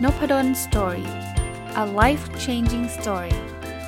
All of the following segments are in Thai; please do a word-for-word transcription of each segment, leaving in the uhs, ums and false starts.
Noppadan Story. A life-changing story.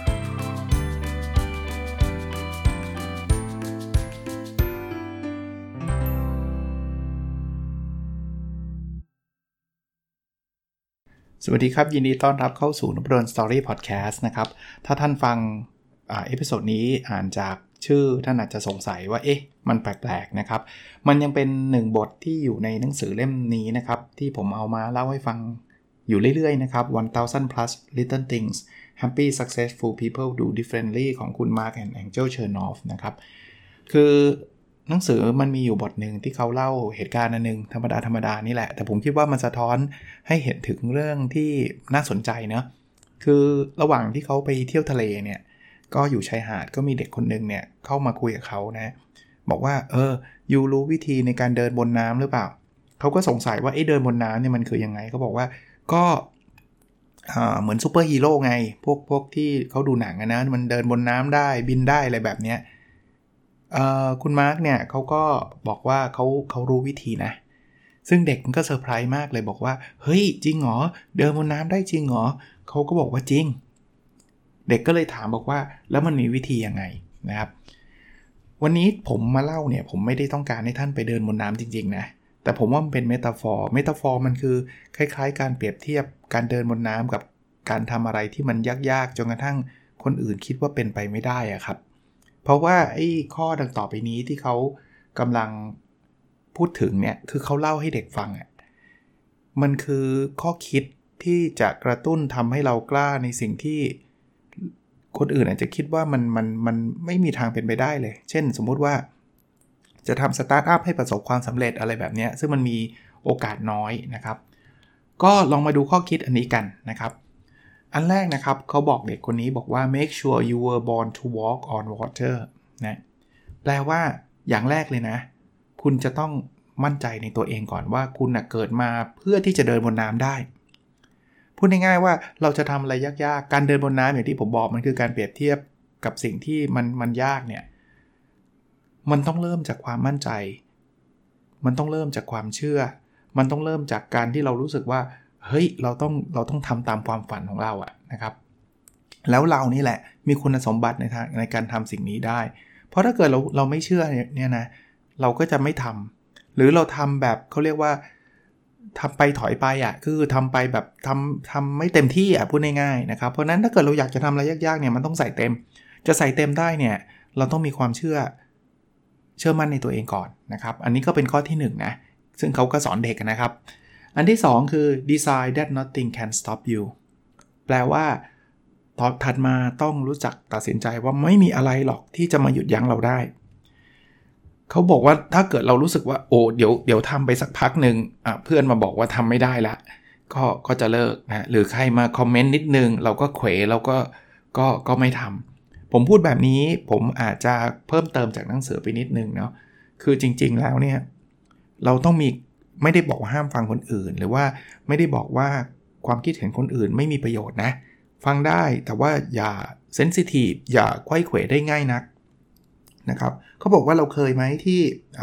สวัสดีครับยินดีต้อนรับเข้าสู่ Noppadan Story Podcast นะครับถ้าท่านฟังอ่าเอพิโซดนี้อ่านจากชื่อท่านอาจจะสงสัยว่าเอ๊ะมันแปลกๆนะครับมันยังเป็นหนึ่งบทที่อยู่ในหนังสือเล่มนี้นะครับที่ผมเอามาเล่าให้ฟังอยู่เรื่อยๆนะครับ one thousand plus little things happy successful people do differently ของคุณ Mark and Angel Chernoff นะครับคือหนังสือมันมีอยู่บทหนึ่งที่เขาเล่าเหตุการณ์อันนึงธรรมดาธรรมดานี่แหละแต่ผมคิดว่ามันสะท้อนให้เห็นถึงเรื่องที่น่าสนใจเนาะคือระหว่างที่เขาไปเที่ยวทะเลเนี่ยก็อยู่ชายหาดก็มีเด็กคนนึงเนี่ยเข้ามาคุยกับเขานะบอกว่าเออยูรู้วิธีในการเดินบนน้ำหรือเปล่าเขาก็สงสัยว่าไอ้เดินบนน้ำเนี่ยมันคือยังไงเขาบอกว่าก็เหมือนซูเปอร์ฮีโร่ไงพวกพวกที่เขาดูหนังนะมันเดินบนน้ำได้บินได้อะไรแบบเนี้ยคุณมาร์กเนี่ยเขาก็บอกว่าเขาเขารู้วิธีนะซึ่งเด็กมันก็เซอร์ไพรส์มากเลยบอกว่าเฮ้ยจริงเหรอเดินบนน้ำได้จริงเหรอเขาก็บอกว่าจริงเด็กก็เลยถามบอกว่าแล้วมันมีวิธียังไงนะครับวันนี้ผมมาเล่าเนี่ยผมไม่ได้ต้องการให้ท่านไปเดินบนน้ำจริงๆนะแต่ผมว่ามันเป็นเมตาฟอร์เมตาฟอร์มันคือคล้ายๆการเปรียบเทียบการเดินบนน้ำกับการทำอะไรที่มันยากๆจนกระทั่งคนอื่นคิดว่าเป็นไปไม่ได้อะครับเพราะว่าไอ้ข้อดังต่อไปนี้ที่เขากำลังพูดถึงเนี่ยคือเขาเล่าให้เด็กฟังอ่ะมันคือข้อคิดที่จะกระตุ้นทำให้เรากล้าในสิ่งที่คนอื่นอาจจะคิดว่ามันมันมันไม่มีทางเป็นไปได้เลยเช่นสมมุติว่าจะทำสตาร์ทอัพให้ประสบความสำเร็จอะไรแบบนี้ซึ่งมันมีโอกาสน้อยนะครับก็ลองมาดูข้อคิดอันนี้กันนะครับอันแรกนะครับเขาบอกเด็กคนนี้บอกว่า make sure you were born to walk on water นะแปลว่าอย่างแรกเลยนะคุณจะต้องมั่นใจในตัวเองก่อนว่าคุณนะเกิดมาเพื่อที่จะเดินบนน้ำได้พูดง่ายๆว่าเราจะทำอะไรยากๆการเดินบนน้ำอย่างที่ผมบอกมันคือการเปรียบเทียบกับสิ่งที่มันมันยากเนี่ยมันต้องเริ่มจากความมั่นใจมันต้องเริ่มจากความเชื่อมันต้องเริ่มจากการที่เรารู้สึกว่าเฮ้ยเราต้องเราต้องทำตามความฝันของเราอะนะครับแล้วเรานี่แหละมีคุณสมบัติในทางในการทำสิ่งนี้ได้เพราะถ้าเกิดเราเราไม่เชื่อเนี่ยนะเราก็จะไม่ทำหรือเราทำแบบเขาเรียกว่าทำไปถอยไปอ่ะคือทำไปแบบทำทำไม่เต็มที่อ่ะพูดง่ายๆนะครับเพราะนั้นถ้าเกิดเราอยากจะทำอะไรยากๆเนี่ยมันต้องใส่เต็มจะใส่เต็มได้เนี่ยเราต้องมีความเชื่อเชื่อมั่นในตัวเองก่อนนะครับอันนี้ก็เป็นข้อที่หนึ่งนะซึ่งเขาก็สอนเด็กนะครับอันที่สองคือ decide that nothing can stop you แปลว่าตอนถัดมาต้องรู้จักตัดสินใจว่าไม่มีอะไรหรอกที่จะมาหยุดยั้งเราได้เขาบอกว่าถ้าเกิดเรารู้สึกว่าโอ้เดี๋ยวเดี๋ยวทำไปสักพักหนึ่งอ่ะเพื่อนมาบอกว่าทำไม่ได้ละก็ก็จะเลิกนะหรือใครมาคอมเมนต์นิดนึงเราก็เขวเราก็ก็ก็ไม่ทำผมพูดแบบนี้ผมอาจจะเพิ่มเติมจากหนังสือไปนิดนึงเนาะคือจริงๆแล้วเนี่ยเราต้องมีไม่ได้บอกว่าห้ามฟังคนอื่นหรือว่าไม่ได้บอกว่าความคิดเห็นคนอื่นไม่มีประโยชน์นะฟังได้แต่ว่าอย่าเซนซิทีฟอย่าไขว้เขวได้ง่ายนักนะครับเขาบอกว่าเราเคยไหมที่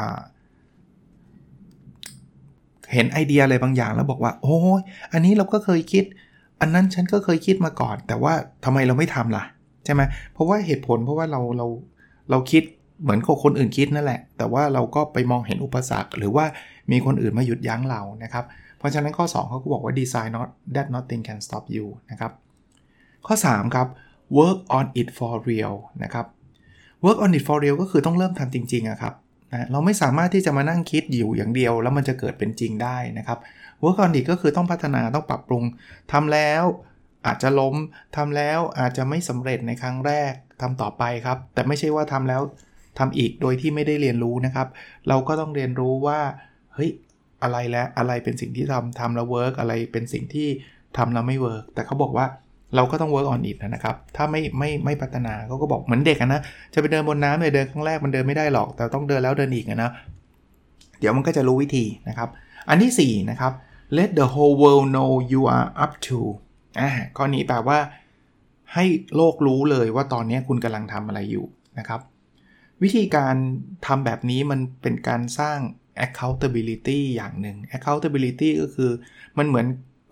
เห็นไอเดียอะไรบางอย่างแล้วบอกว่าโอ้ยอันนี้เราก็เคยคิดอันนั้นฉันก็เคยคิดมาก่อนแต่ว่าทำไมเราไม่ทำล่ะใช่ไหมเพราะว่าเหตุผลเพราะว่าเราเราเราคิดเหมือนคนอื่นคิดนั่นแหละแต่ว่าเราก็ไปมองเห็นอุปสรรคหรือว่ามีคนอื่นมาหยุดยั้งเรานะครับเพราะฉะนั้นข้อสองเขาก็บอกว่า design not that nothing can stop you นะครับข้อสามครับ work on it for real นะครับ work on it for real ก็คือต้องเริ่มทำจริงๆอะครับนะเราไม่สามารถที่จะมานั่งคิดอยู่อย่างเดียวแล้วมันจะเกิดเป็นจริงได้นะครับ work on it ก็คือต้องพัฒนาต้องปรับปรุงทำแล้วอาจจะล้มทำแล้วอาจจะไม่สำเร็จในครั้งแรกทำต่อไปครับแต่ไม่ใช่ว่าทำแล้วทำอีกโดยที่ไม่ได้เรียนรู้นะครับเราก็ต้องเรียนรู้ว่าเฮ้ยอะไรแล้วอะไรเป็นสิ่งที่ทำทำแล้วเวิร์กอะไรเป็นสิ่งที่ทำแล้วไม่เวิร์กแต่เขาบอกว่าเราก็ต้อง work on it นะครับถ้าไม่ไม่ไม่พัฒนาเขาก็บอกเหมือนเด็กนะจะไปเดินบนน้ำเลยเดินครั้งแรกมันเดินไม่ได้หรอกแต่ต้องเดินแล้วเดินอีกนะเดี๋ยวมันก็จะรู้วิธีนะครับอันที่สี่นะครับ let the whole world know you are up to อ่าข้อนี้แปลว่าให้โลกรู้เลยว่าตอนนี้คุณกำลังทำอะไรอยู่นะครับวิธีการทำแบบนี้มันเป็นการสร้าง accountability อย่างหนึ่ง accountability ก็คือมันเหมือน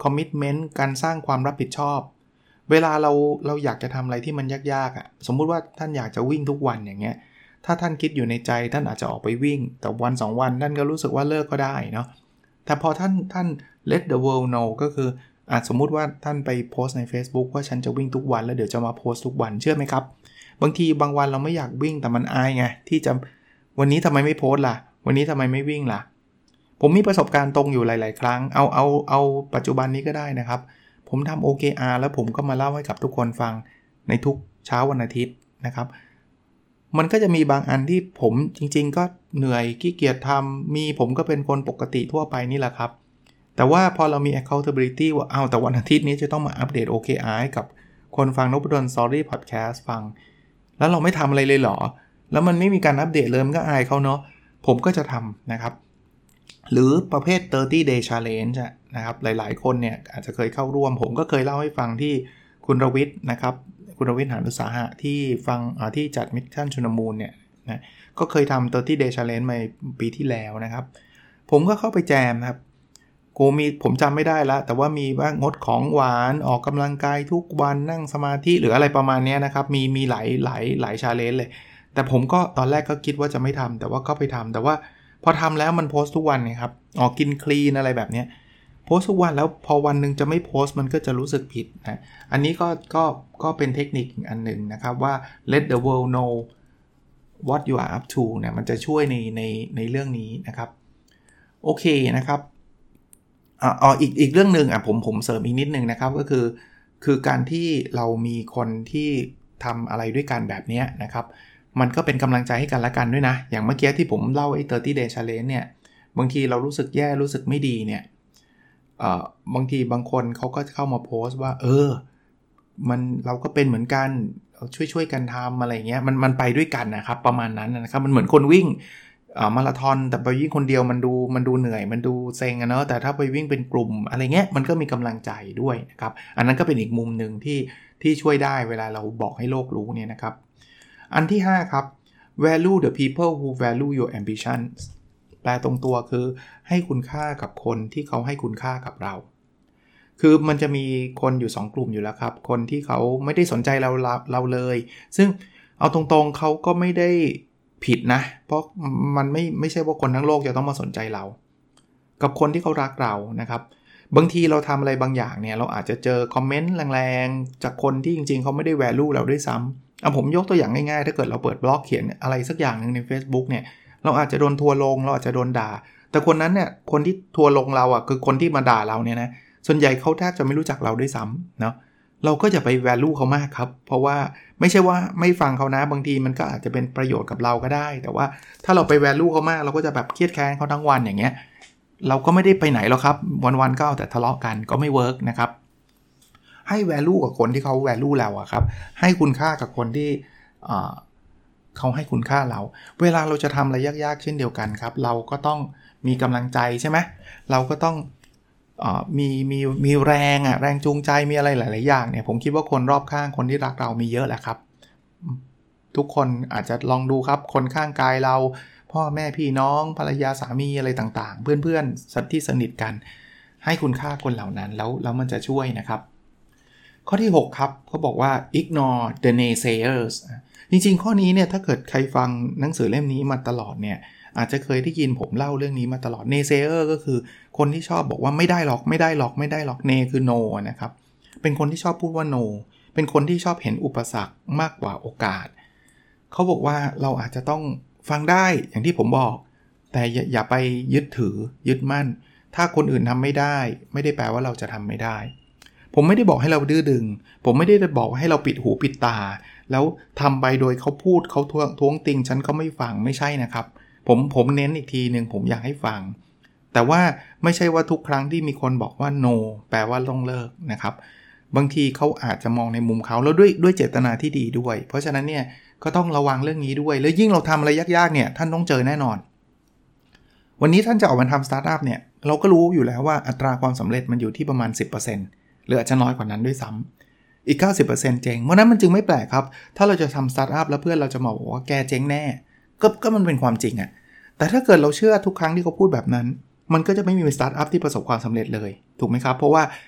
commitment การสร้างความรับผิดชอบเวลาเราเราอยากจะทำอะไรที่มันยากๆอ่ะสมมุติว่าท่านอยากจะวิ่งทุกวันอย่างเงี้ยถ้าท่านคิดอยู่ในใจท่านอาจจะออกไปวิ่งแต่วันสองวันท่านก็รู้สึกว่าเลิกก็ได้เนาะแต่พอท่านท่าน let the world know ก็คืออ่ะสมมุติว่าท่านไปโพสต์ใน Facebook ว่าฉันจะวิ่งทุกวันแล้วเดี๋ยวจะมาโพสต์ทุกวันเชื่อไหมครับบางทีบางวันเราไม่อยากวิ่งแต่มันอายไงที่จะวันนี้ทำไมไม่โพสต์ล่ะวันนี้ทำไมไม่วิ่งล่ะผมมีประสบการณ์ตรงอยู่หลายๆครั้งเอาเอาเอาปัจจุบันนี้ก็ได้นะครับผมทำ โอ เค อาร์ แล้วผมก็มาเล่าให้กับทุกคนฟังในทุกเช้าวันอาทิตย์นะครับมันก็จะมีบางอันที่ผมจริงๆก็เหนื่อยขี้เกียจทำมีผมก็เป็นคนปกติทั่วไปนี่แหละครับแต่ว่าพอเรามี accountability ว่าเอาแต่วันอาทิตย์นี้จะต้องมาอัปเดต โอ เค อาร์ ให้กับคนฟังนพดล Story Podcast ฟังแล้วเราไม่ทำอะไรเลยเหรอแล้วมันไม่มีการอัปเดตเลยมันก็อายเขาเนาะผมก็จะทำนะครับหรือประเภทสามสิบ day challenge นะครับหลายๆคนเนี่ยอาจจะเคยเข้าร่วมผมก็เคยเล่าให้ฟังที่คุณรวิทย์นะครับคุณรวิทย์หานุสาหะที่ฟังที่จัดมิชชั่นชุนมูลเนี่ยนะก็เคยทำสามสิบ day challenge มาปีที่แล้วนะครับผมก็เข้าไปแจมครับกูมีผมจำไม่ได้แล้วแต่ว่ามีว่างดของหวานออกกำลังกายทุกวันนั่งสมาธิหรืออะไรประมาณนี้นะครับมีมีหลายหลายหลาย challenge เลยแต่ผมก็ตอนแรกก็คิดว่าจะไม่ทำแต่ว่าก็ไปทำแต่ว่าพอทำแล้วมันโพสต์ทุกวันไงครับออกกินคลีนอะไรแบบนี้โพสต์ทุกวันแล้วพอวันนึงจะไม่โพสต์มันก็จะรู้สึกผิดนะอันนี้ก็ก็ก็เป็นเทคนิคอันหนึ่งนะครับว่า let the world know what you are up to เนี่ยมันจะช่วยในในในเรื่องนี้นะครับโอเคนะครับอ่าอ๋ออีกอีกเรื่องนึงอ่ะผมผมเสริมอีกนิดนึงนะครับก็คือคือการที่เรามีคนที่ทำอะไรด้วยกันแบบนี้นะครับมันก็เป็นกำลังใจให้กันและกันด้วยนะอย่างเมื่อกี้ที่ผมเล่าไอ้สามสิบ day challenge เนี่ยบางทีเรารู้สึกแย่รู้สึกไม่ดีเนี่ยเอ่อบางทีบางคนเขาก็เข้ามาโพสต์ว่าเออมันเราก็เป็นเหมือนกันช่วยช่วยกันทำอะไรเงี้ยมันมันไปด้วยกันนะครับประมาณนั้นนะครับมันเหมือนคนวิ่งอ่ามาราธอนแต่ไปวิ่งคนเดียวมันดูมันดูเหนื่อยมันดูเซ็งอะเนาะแต่ถ้าไปวิ่งเป็นกลุ่มอะไรเงี้ยมันก็มีกำลังใจด้วยนะครับอันนั้นก็เป็นอีกมุมนึงที่ที่ช่วยได้เวลาเราบอกให้โลกรู้เนี่ยนะครับอันที่ห้าครับ value the people who value your ambitions แปลตรงตัวคือให้คุณค่ากับคนที่เขาให้คุณค่ากับเราคือมันจะมีคนอยู่สองกลุ่มอยู่แล้วครับคนที่เขาไม่ได้สนใจเราเราเลยซึ่งเอาตรงๆเขาก็ไม่ได้ผิดนะเพราะมันไม่ไม่ใช่ว่าคนทั้งโลกจะต้องมาสนใจเรากับคนที่เขารักเรานะครับบางทีเราทำอะไรบางอย่างเนี่ยเราอาจจะเจอคอมเมนต์แรงๆจากคนที่จริงๆเขาไม่ได้ value เราด้วยซ้ำเอาผมยกตัวอย่างง่ายๆถ้าเกิดเราเปิดบล็อกเขียนอะไรสักอย่างนึงใน Facebook เนี่ยเราอาจจะโดนทัวร์ลงเราอาจจะโดนด่าแต่คนนั้นเนี่ยคนที่ทัวร์ลงเราอ่ะคือคนที่มาด่าเราเนี่ยนะส่วนใหญ่เขาแทบจะไม่รู้จักเราด้วยซ้ำเนาะเราก็อย่าไป value เขามากครับเพราะว่าไม่ใช่ว่าไม่ฟังเขานะบางทีมันก็อาจจะเป็นประโยชน์กับเราก็ได้แต่ว่าถ้าเราไป value เขามากเราก็จะแบบเครียดแค้นเขาทั้งวันอย่างเงี้ยเราก็ไม่ได้ไปไหนหรอกครับวันๆก็เอาแต่ทะเลาะกันก็ไม่เวิร์กนะครับให้ value กับคนที่เขา value เราอะครับให้คุณค่ากับคนที่เขาให้คุณค่าเราเวลาเราจะทำอะไรยากๆเช่นเดียวกันครับเราก็ต้องมีกำลังใจใช่ไหมเราก็ต้องเอ่อมีมีมีแรงอะแรงจูงใจมีอะไรหลายๆอย่างเนี่ยผมคิดว่าคนรอบข้างคนที่รักเรามีเยอะแหละครับทุกคนอาจจะลองดูครับคนข้างกายเราพ่อแม่พี่น้องภรรยาสามีอะไรต่างๆเพื่อนๆสัตว์ที่สนิทกันให้คุณค่าคนเหล่านั้นแล้วแล้วมันจะช่วยนะครับข้อที่หกครับเขาบอกว่า ignore the naysayers จริงๆข้อนี้เนี่ยถ้าเกิดใครฟังหนังสือเล่มนี้มาตลอดเนี่ยอาจจะเคยได้ยินผมเล่าเรื่องนี้มาตลอด naysayer ก็คือคนที่ชอบบอกว่าไม่ได้หรอกไม่ได้หรอกไม่ได้หรอก nay คือ no นะครับเป็นคนที่ชอบพูดว่า no เป็นคนที่ชอบเห็นอุปสรรคมากกว่าโอกาสเขาบอกว่าเราอาจจะต้องฟังได้อย่างที่ผมบอกแต่อย่า, อย่าไปยึดถือยึดมั่นถ้าคนอื่นทำไม่ได้ไม่ได้แปลว่าเราจะทำไม่ได้ผมไม่ได้บอกให้เราดื้อดึงผมไม่ได้บอกให้เราปิดหูปิดตาแล้วทำไปโดยเขาพูดเขาท้วงติงฉันก็ไม่ฟังไม่ใช่นะครับผมผมเน้นอีกทีนึงผมอยากให้ฟังแต่ว่าไม่ใช่ว่าทุกครั้งที่มีคนบอกว่า no แปลว่าต้องเลิกนะครับบางทีเขาอาจจะมองในมุมเขาแล้วด้วยด้วยเจตนาที่ดีด้วยเพราะฉะนั้นเนี่ยก็ต้องระวังเรื่องนี้ด้วยแล้วยิ่งเราทำอะไรยากๆเนี่ยท่านต้องเจอแน่นอนวันนี้ท่านจะออกมาทำสตาร์ทอัพเนี่ยเราก็รู้อยู่แล้วว่าอัตราความสำเร็จมันอยู่ที่ประมาณ สิบเปอร์เซ็นต์ หรืออาจจะน้อยกว่านั้นด้วยซ้ำอีก เก้าสิบเปอร์เซ็นต์ เจ๊งเพราะนั้นมันจึงไม่แปลกครับถ้าเราจะทำสตาร์ทอัพแล้วเพื่อนเราจะมาบอกว่าแกเจ๊งแน่ก็ก็มันเป็นความจริงอะแต่ถ้าเกิดเราเชื่อทุกครั้งที่เขาพูดแบบนั้นมันก็จะไม่มีสตาร์ทอัพที่ประสบความสำเร็จเลยถูกไหมครับเพราะว่า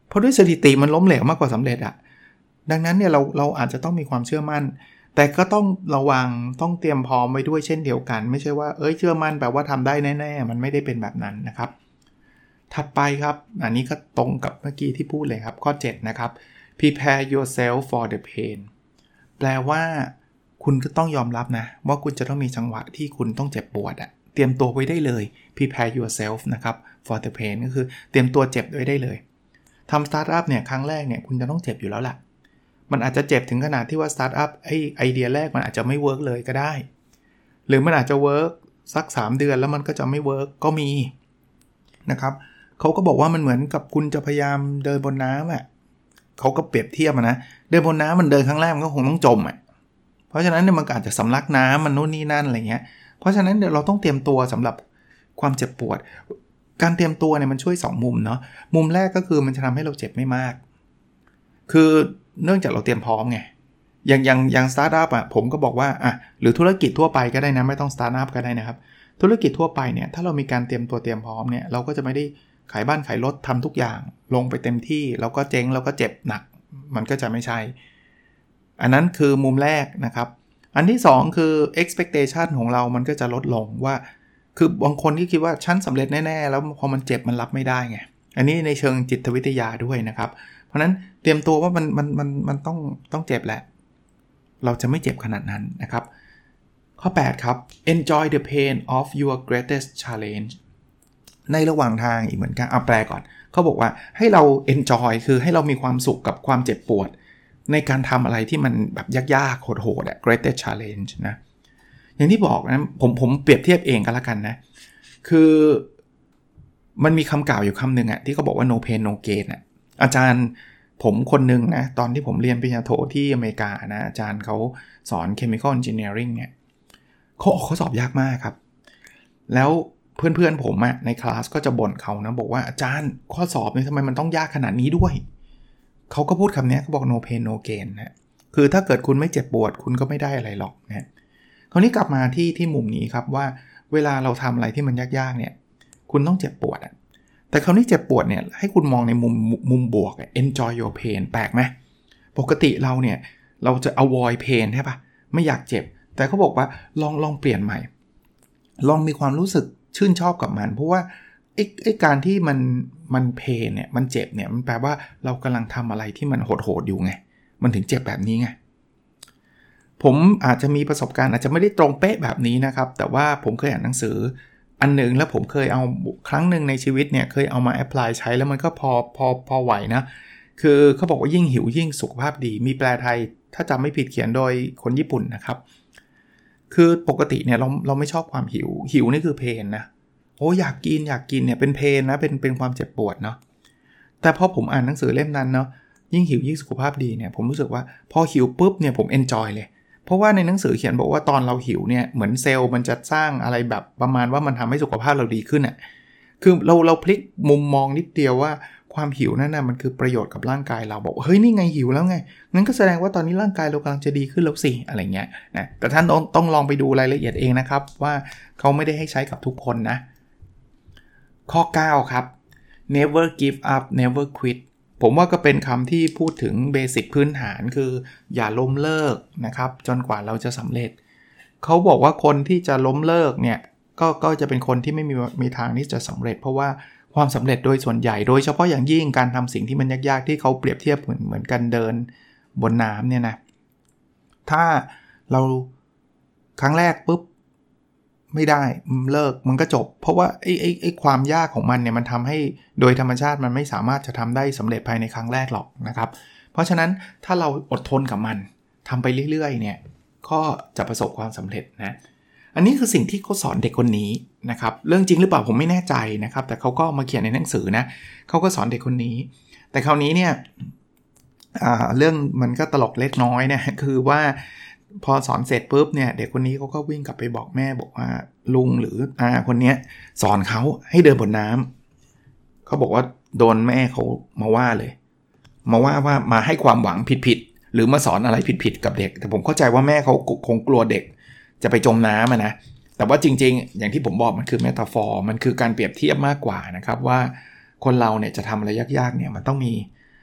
เพราะด้วยสถิติมันล้มเหลวมากกว่าสำเร็จอะดังนั้นเนี่ยเราเราอาจจะต้องมีความเชื่อมั่นแต่ก็ต้องระวังต้องเตรียมพร้อมไว้ด้วยเช่นเดียวกันไม่ใช่ว่าเอ้ยเชื่อมั่นแปลว่าทำได้แน่ๆมันไม่ได้เป็นแบบนั้นนะครับถัดไปครับอันนี้ก็ตรงกับเมื่อกี้ที่พูดเลยครับข้อเจ็ดนะครับ prepare yourself for the pain แปลว่าคุณก็ต้องยอมรับนะว่าคุณจะต้องมีจังหวะที่คุณต้องเจ็บปวดอะเตรียมตัวไว้ได้เลย prepare yourself นะครับ for the pain ก็คือเตรียมตัวเจ็บไว้ได้เลยทำสตาร์ทอัพเนี่ยครั้งแรกเนี่ยคุณจะต้องเจ็บอยู่แล้วล่ะมันอาจจะเจ็บถึงขนาดที่ว่าสตาร์ทอัพไอไอเดียแรกมันอาจจะไม่เวิร์กเลยก็ได้หรือมันอาจจะเวิร์กสักสามเดือนแล้วมันก็จะไม่เวิร์กก็มีนะครับเขาก็บอกว่ามันเหมือนกับคุณจะพยายามเดินบนน้ำอ่ะเขาก็เปรียบเทียบนะเดินบนน้ำมันเดินครั้งแรกมันก็คงต้องจมอ่ะเพราะฉะนั้นเนี่ยมันอาจจะสำลักน้ำมันนู่นนี่นั่นอะไรเงี้ยเพราะฉะนั้นเดี๋ยวเราต้องเตรียมตัวสำหรับความเจ็บปวดการเตรียมตัวเนี่ยมันช่วยสองมุมเนาะมุมแรกก็คือมันจะทำให้เราเจ็บไม่มากคือเนื่องจากเราเตรียมพร้อมไงอย่างอย่างอย่างสตาร์ทอัพอ่ะผมก็บอกว่าอ่ะหรือธุรกิจทั่วไปก็ได้นะไม่ต้องสตาร์ทอัพก็ได้นะครับธุรกิจทั่วไปเนี่ยถ้าเรามีการเตรียมตัวเตรียมพร้อมเนี่ยเราก็จะไม่ได้ขายบ้านขายรถทำทุกอย่างลงไปเต็มที่แล้วก็เจ๊งแล้วก็เจ็บหนักมันก็จะไม่ใช่อันนั้นคือมุมแรกนะครับอันที่สองคือ expectation ของเรามันก็จะลดลงว่าคือบางคนที่คิดว่าฉันสำเร็จแน่ๆแล้วพอมันเจ็บมันรับไม่ได้ไงอันนี้ในเชิงจิตวิทยาด้วยนะครับเพราะนั้นเตรียมตัวว่ามันมันมันมันต้องต้องเจ็บแหละเราจะไม่เจ็บขนาดนั้นนะครับข้อแปดครับ enjoy the pain of your greatest challenge ในระหว่างทางอีกเหมือนกันเอาแปลก่อนเขาบอกว่าให้เรา enjoy คือให้เรามีความสุขกับความเจ็บปวดในการทำอะไรที่มันแบบยากๆโหดๆอะ greatest challenge นะอย่างที่บอกนะผมผมเปรียบเทียบเองก็แล้วกันนะคือมันมีคำกล่าวอยู่คำหนึ่งอะที่เขาบอกว่า no pain no gain อะอาจารย์ผมคนหนึ่งนะตอนที่ผมเรียนปริญญาโทที่อเมริกานะอาจารย์เขาสอน chemical engineering เนี่ยเขาเขาสอบยากมากครับแล้วเพื่อนๆผมอะในคลาสก็จะบ่นเขานะบอกว่าอาจารย์ข้อสอบนี่ทำไมมันต้องยากขนาดนี้ด้วยเขาก็พูดคำนี้เขาบอก no pain no gain นะคือถ้าเกิดคุณไม่เจ็บปวดคุณก็ไม่ได้อะไรหรอกนะคราวนี้กลับมาที่ที่มุมนี้ครับว่าเวลาเราทำอะไรที่มันยากๆเนี่ยคุณต้องเจ็บปวดอะแต่คราวนี้เจ็บปวดเนี่ยให้คุณมองในมุมมุมบวก enjoy your pain แปลกไหมปกติเราเนี่ยเราจะ avoid pain ใช่ปะไม่อยากเจ็บแต่เขาบอกว่าลองลองเปลี่ยนใหม่ลองมีความรู้สึกชื่นชอบกับมันเพราะว่าไอ้ไอ้การที่มันมัน pain เนี่ยมันเจ็บเนี่ยมันแปลว่าเรากำลังทำอะไรที่มันโหดๆอยู่ไงมันถึงเจ็บแบบนี้ไงผมอาจจะมีประสบการณ์อาจจะไม่ได้ตรงเป๊ะแบบนี้นะครับแต่ว่าผมเคยอ่านหนังสืออันหนึ่งแล้วผมเคยเอาครั้งหนึ่งในชีวิตเนี่ยเคยเอามาแอพพลายใช้แล้วมันก็พอพอพอไหวนะคือเขาบอกว่ายิ่งหิวยิ่งสุขภาพดีมีแปลไทยถ้าจำไม่ผิดเขียนโดยคนญี่ปุ่นนะครับคือปกติเนี่ยเราเราไม่ชอบความหิวหิวนี่คือเพนนะโอ้อยากกินอยากกินเนี่ยเป็นเพนนะเป็นเป็นความเจ็บปวดเนาะแต่พอผมอ่านหนังสือเล่มนั้นเนาะยิ่งหิวยิ่งสุขภาพดีเนี่ยผมรู้สึกว่าพอหิวปุ๊บเนี่ยผมเอนจอยเลยเพราะว่าในหนังสือเขียนบอกว่าตอนเราหิวเนี่ยเหมือนเซลล์มันจะสร้างอะไรแบบประมาณว่ามันทำให้สุขภาพเราดีขึ้นอ่ะคือเราเราพลิกมุมมองนิดเดียวว่าความหิวนั่นน่ะมันคือประโยชน์กับร่างกายเราบอกเฮ้ยนี่ไงหิวแล้วไงงั้นก็แสดงว่าตอนนี้ร่างกายเรากำลังจะดีขึ้นแล้วสิอะไรเงี้ยนะแต่ท่านต้องต้องลองไปดูรายละเอียดเองนะครับว่าเขาไม่ได้ให้ใช้กับทุกคนนะข้อเก้าครับ never give up never quit ผมว่าก็เป็นคำที่พูดถึงเบสิกพื้นฐานคืออย่าล้มเลิกนะครับจนกว่าเราจะสำเร็จเขาบอกว่าคนที่จะล้มเลิกเนี่ยก็ก็จะเป็นคนที่ไม่มีมีทางที่จะสำเร็จเพราะว่าความสำเร็จโดยส่วนใหญ่โดยเฉพาะอย่างยิ่งการทำสิ่งที่มันยากๆที่เขาเปรียบเทียบเหมือนเหมือนกันเดินบนน้ำเนี่ยนะถ้าเราครั้งแรกปุ๊บไม่ได้เลิกมันก็จบเพราะว่าไอ้ไอ้ไอ้ความยากของมันเนี่ยมันทำให้โดยธรรมชาติมันไม่สามารถจะทำได้สำเร็จภายในครั้งแรกหรอกนะครับเพราะฉะนั้นถ้าเราอดทนกับมันทำไปเรื่อยๆเนี่ยก็จะประสบความสำเร็จนะอันนี้คือสิ่งที่เขาสอนเด็กคนนี้นะครับเรื่องจริงหรือเปล่าผมไม่แน่ใจนะครับแต่เขาก็มาเขียนในหนังสือนะเขาก็สอนเด็กคนนี้แต่คราวนี้เนี่ยเรื่องมันก็ตลกเล็กน้อยนะคือว่าพอสอนเสร็จปุ๊บเนี่ยเด็กคนนี้เขาก็วิ่งกลับไปบอกแม่บอกว่าลุงหรืออาคนนี้สอนเขาให้เดินบนน้ำเขาบอกว่าโดนแม่เขามาว่าเลยมาว่าว่ามาให้ความหวังผิดๆหรือมาสอนอะไรผิดๆกับเด็กแต่ผมเข้าใจว่าแม่เขาคงกลัวเด็กจะไปจมน้ำนะแต่ว่าจริงๆอย่างที่ผมบอกมันคือเมตาฟอร์มันคือการเปรียบเทียบมากกว่านะครับว่าคนเราเนี่ยจะทำอะไรยากๆเนี่ยมันต้องมี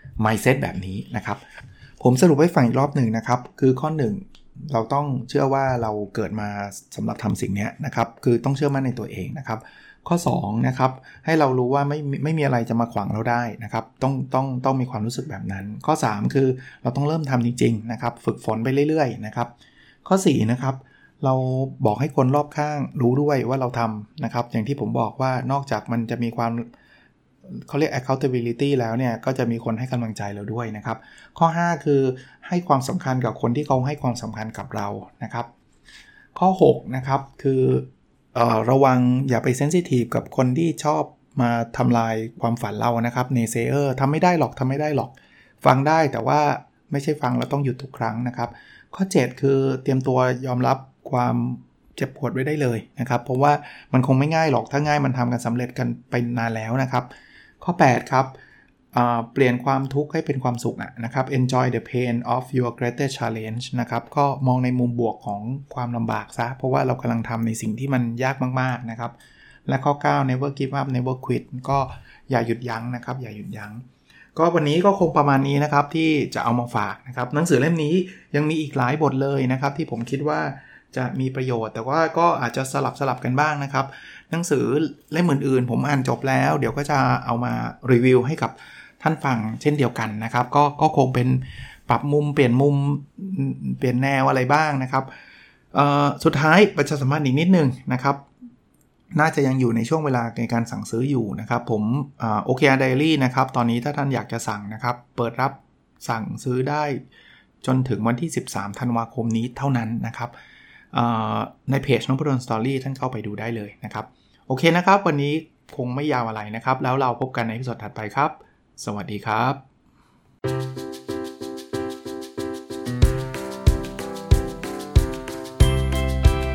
mindset แบบนี้นะครับผมสรุปให้ฟังอีกรอบหนึ่งนะครับคือข้อหนึ่งเราต้องเชื่อว่าเราเกิดมาสำหรับทำสิ่งนี้นะครับคือต้องเชื่อมั่นในตัวเองนะครับข้อสองนะครับให้เรารู้ว่าไม่ไม่มีอะไรจะมาขวางเราได้นะครับต้องต้องต้องมีความรู้สึกแบบนั้นข้อสามคือเราต้องเริ่มทำจริงๆนะครับฝึกฝนไปเรื่อยๆนะครับข้อสี่นะครับเราบอกให้คนรอบข้างรู้ด้วยว่าเราทำนะครับอย่างที่ผมบอกว่านอกจากมันจะมีความเขาเรียก accountability แล้วเนี่ยก็จะมีคนให้กำลังใจเราด้วยนะครับข้อห้าคือให้ความสำคัญกับคนที่เขาให้ความสำคัญกับเรานะครับข้อหกนะครับคือเอ่อระวังอย่าไปเซนซิทีฟกับคนที่ชอบมาทำลายความฝันเรานะครับเนเซเยอร์ทำไม่ได้หรอกทำไม่ได้หรอกฟังได้แต่ว่าไม่ใช่ฟังแล้วต้องหยุดทุกครั้งนะครับข้อเจ็ดคือเตรียมตัวยอมรับความเจ็บปวดไว้ได้เลยนะครับเพราะว่ามันคงไม่ง่ายหรอกถ้าง่ายมันทำกันสำเร็จกันไปนานแล้วนะครับข้อแปดครับเปลี่ยนความทุกข์ให้เป็นความสุขนะครับ enjoy the pain of your greatest challenge นะครับก็มองในมุมบวกของความลำบากซะเพราะว่าเรากำลังทำในสิ่งที่มันยากมากๆนะครับและข้อเก้า never give up never quit ก็อย่าหยุดยั้งนะครับอย่าหยุดยั้งก็วันนี้ก็คงประมาณนี้นะครับที่จะเอามาฝากนะครับหนังสือเล่มนี้ยังมีอีกหลายบทเลยนะครับที่ผมคิดว่าจะมีประโยชน์แต่ว่าก็อาจจะสลับสลับกันบ้างนะครับหนังสือเล่มอื่นๆผมอ่านจบแล้วเดี๋ยวก็จะเอามารีวิวให้กับท่านฟังเช่นเดียวกันนะครับก็ก็คงเป็นปรับมุมเปลี่ยนมุมเปลี่ยนแนวอะไรบ้างนะครับสุดท้ายประชาสัมพันธ์อีกนิดนึงนะครับน่าจะยังอยู่ในช่วงเวลาในการสั่งซื้ออยู่นะครับผมโอเคอาร์ Diary นะครับตอนนี้ถ้าท่านอยากจะสั่งนะครับเปิดรับสั่งซื้อได้จนถึงวันที่สิบสามธันวาคมนี้เท่านั้นนะครับในเพจนพดลสตอรี่ท่านเข้าไปดูได้เลยนะครับโอเคนะครับวันนี้คงไม่ยาวอะไรนะครับแล้วเราพบกันในอีพิโซดถัดไปครับสวัสดีครับ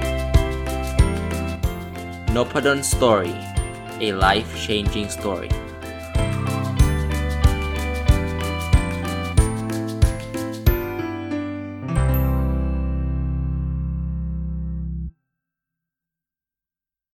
Noppadan Story, a life-changing story.